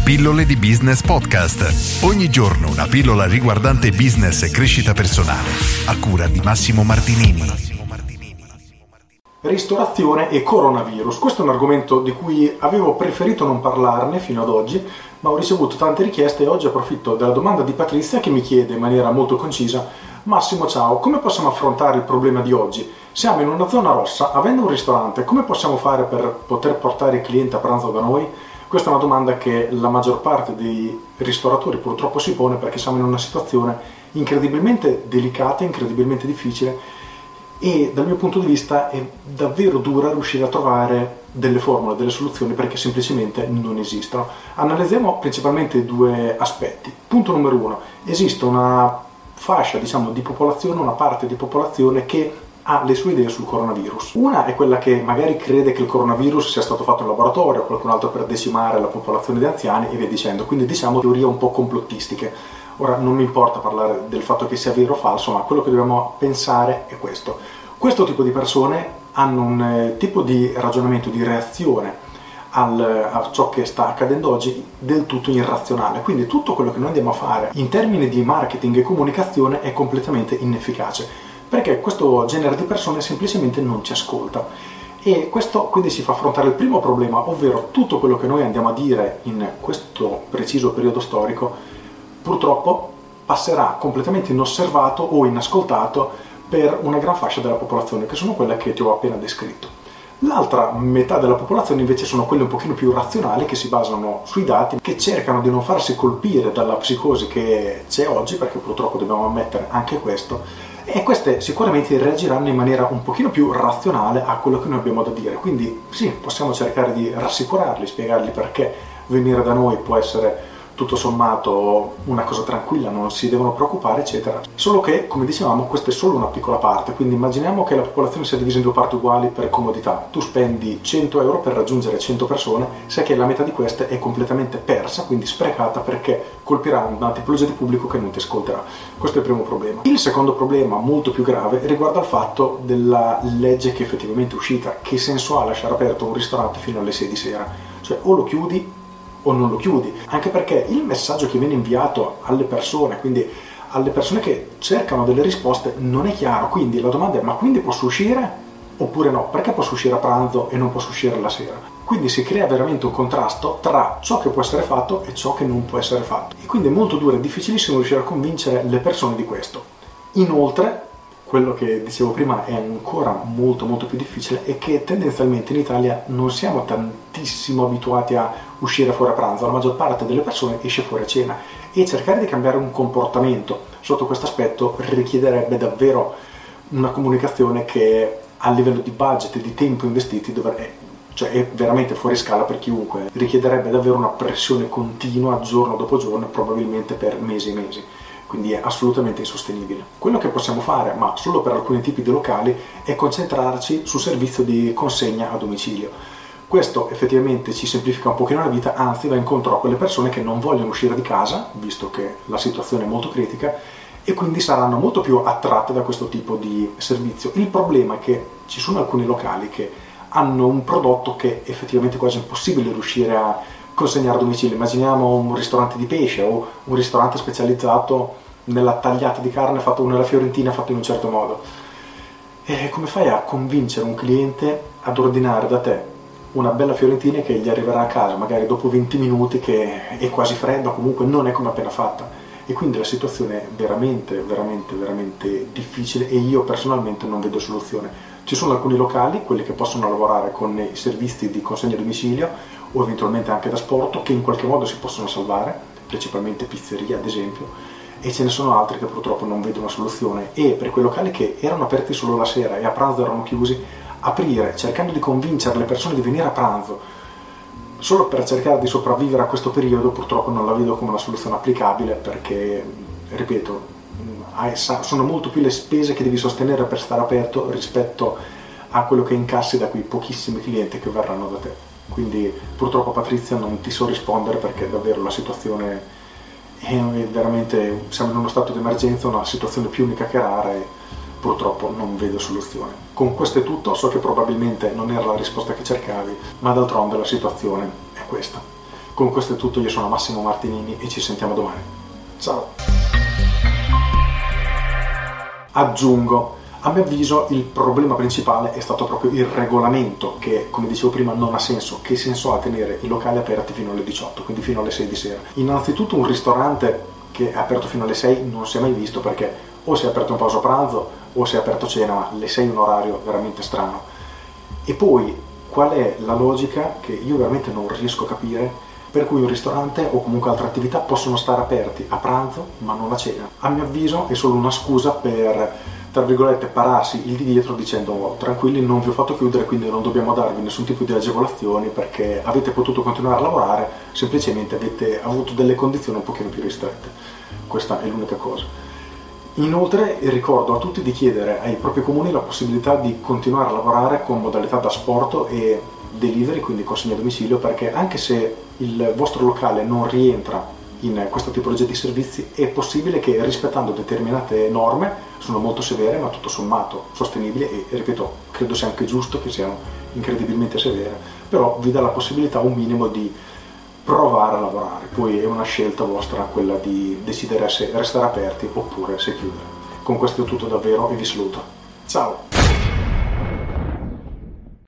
Pillole di Business Podcast. Ogni giorno una pillola riguardante business e crescita personale. A cura di Massimo Martinini. Ristorazione e coronavirus. Questo è un argomento di cui avevo preferito non parlarne fino ad oggi, ma ho ricevuto tante richieste e oggi approfitto della domanda di Patrizia che mi chiede in maniera molto concisa: Massimo, ciao, come possiamo affrontare il problema di oggi? Siamo in una zona rossa, avendo un ristorante, come possiamo fare per poter portare i clienti a pranzo da noi? Questa è una domanda che la maggior parte dei ristoratori purtroppo si pone, perché siamo in una situazione incredibilmente delicata, incredibilmente difficile, e dal mio punto di vista è davvero dura riuscire a trovare delle formule, delle soluzioni, perché semplicemente non esistono. Analizziamo principalmente due aspetti. Punto numero uno: esiste una fascia, di popolazione, una parte di popolazione che ha le sue idee sul coronavirus. Una è quella che magari crede che il coronavirus sia stato fatto in laboratorio, qualcun altro per decimare la popolazione di anziani e via dicendo, quindi teorie un po' complottistiche. Ora, non mi importa parlare del fatto che sia vero o falso, ma quello che dobbiamo pensare è questo. Questo tipo di persone hanno un tipo di ragionamento, di reazione a ciò che sta accadendo oggi del tutto irrazionale. Quindi tutto quello che noi andiamo a fare in termini di marketing e comunicazione è completamente inefficace, perché questo genere di persone semplicemente non ci ascolta. E questo quindi si fa affrontare il primo problema, ovvero tutto quello che noi andiamo a dire in questo preciso periodo storico purtroppo passerà completamente inosservato o inascoltato per una gran fascia della popolazione, che sono quelle che ti ho appena descritto. L'altra metà della popolazione invece sono quelle un pochino più razionali, che si basano sui dati, che cercano di non farsi colpire dalla psicosi che c'è oggi, perché purtroppo dobbiamo ammettere anche questo, e queste sicuramente reagiranno in maniera un pochino più razionale a quello che noi abbiamo da dire. Quindi sì, possiamo cercare di rassicurarli, spiegargli perché venire da noi può essere tutto sommato una cosa tranquilla, non si devono preoccupare, eccetera. Solo che, come dicevamo, questa è solo una piccola parte, quindi immaginiamo che la popolazione sia divisa in due parti uguali per comodità. Tu spendi 100 euro per raggiungere 100 persone, sai che la metà di queste è completamente persa, quindi sprecata, perché colpirà una tipologia di pubblico che non ti ascolterà. Questo è il primo problema. Il secondo problema, molto più grave, riguarda il fatto della legge che effettivamente è uscita. Che senso ha lasciare aperto un ristorante fino alle 6 di sera? Cioè, o lo chiudi o non lo chiudi, anche perché il messaggio che viene inviato alle persone, quindi alle persone che cercano delle risposte, non è chiaro. Quindi la domanda è: ma quindi posso uscire oppure no? Perché posso uscire a pranzo e non posso uscire la sera? Quindi si crea veramente un contrasto tra ciò che può essere fatto e ciò che non può essere fatto, e quindi è molto duro e difficilissimo riuscire a convincere le persone di questo. Inoltre, quello che dicevo prima è ancora molto più difficile, è che tendenzialmente in Italia non siamo tantissimo abituati a uscire fuori a pranzo. La maggior parte delle persone esce fuori a cena, e cercare di cambiare un comportamento sotto questo aspetto richiederebbe davvero una comunicazione che a livello di budget e di tempo investiti è veramente fuori scala per chiunque. Richiederebbe davvero una pressione continua giorno dopo giorno, probabilmente per mesi e mesi. Quindi è assolutamente insostenibile. Quello che possiamo fare, ma solo per alcuni tipi di locali, è concentrarci sul servizio di consegna a domicilio. Questo effettivamente ci semplifica un pochino la vita, anzi va incontro a quelle persone che non vogliono uscire di casa, visto che la situazione è molto critica, e quindi saranno molto più attratte da questo tipo di servizio. Il problema è che ci sono alcuni locali che hanno un prodotto che è effettivamente quasi impossibile riuscire a consegnare a domicilio. Immaginiamo un ristorante di pesce o un ristorante specializzato nella tagliata di carne fatta nella fiorentina, fatto in un certo modo. E come fai a convincere un cliente ad ordinare da te una bella fiorentina che gli arriverà a casa magari dopo 20 minuti, che è quasi fredda, comunque non è come appena fatta? E quindi la situazione è veramente difficile, e io personalmente non vedo soluzione. Ci sono alcuni locali, quelli che possono lavorare con i servizi di consegna a domicilio o eventualmente anche da asporto, che in qualche modo si possono salvare, principalmente pizzerie ad esempio, e ce ne sono altri che purtroppo non vedono una soluzione. E per quei locali che erano aperti solo la sera e a pranzo erano chiusi, aprire cercando di convincere le persone di venire a pranzo solo per cercare di sopravvivere a questo periodo, purtroppo non la vedo come una soluzione applicabile, perché, ripeto, sono molto più le spese che devi sostenere per stare aperto rispetto a quello che incassi da quei pochissimi clienti che verranno da te. Quindi purtroppo, Patrizia, non ti so rispondere, perché davvero la situazione è veramente, siamo in uno stato di emergenza, una situazione più unica che rara, e purtroppo non vedo soluzione. Con questo è tutto. So che probabilmente non era la risposta che cercavi, ma d'altronde la situazione è questa. Con questo è tutto, io sono Massimo Martinini e ci sentiamo domani. Ciao! Aggiungo, a mio avviso il problema principale è stato proprio il regolamento che, come dicevo prima, non ha senso. Che senso ha tenere i locali aperti fino alle 18, quindi fino alle 6 di sera? Innanzitutto un ristorante che è aperto fino alle 6 non si è mai visto, perché o si è aperto in pausa pranzo o si è aperto cena, ma le 6 è un orario veramente strano. E poi qual è la logica che io veramente non riesco a capire, per cui un ristorante o comunque altre attività possono stare aperti a pranzo ma non a cena? A mio avviso è solo una scusa per, tra virgolette, pararsi il di dietro dicendo tranquilli, non vi ho fatto chiudere, quindi non dobbiamo darvi nessun tipo di agevolazioni perché avete potuto continuare a lavorare, semplicemente avete avuto delle condizioni un pochino più ristrette. Questa è l'unica cosa. Inoltre ricordo a tutti di chiedere ai propri comuni la possibilità di continuare a lavorare con modalità da asporto e delivery, quindi consegna a domicilio, perché anche se il vostro locale non rientra in questa tipologia di servizi, è possibile che rispettando determinate norme, sono molto severe ma tutto sommato sostenibili e ripeto, credo sia anche giusto che siano incredibilmente severe, però vi dà la possibilità un minimo di provare a lavorare, poi è una scelta vostra quella di decidere se restare aperti oppure se chiudere. Con questo è tutto davvero e vi saluto. Ciao!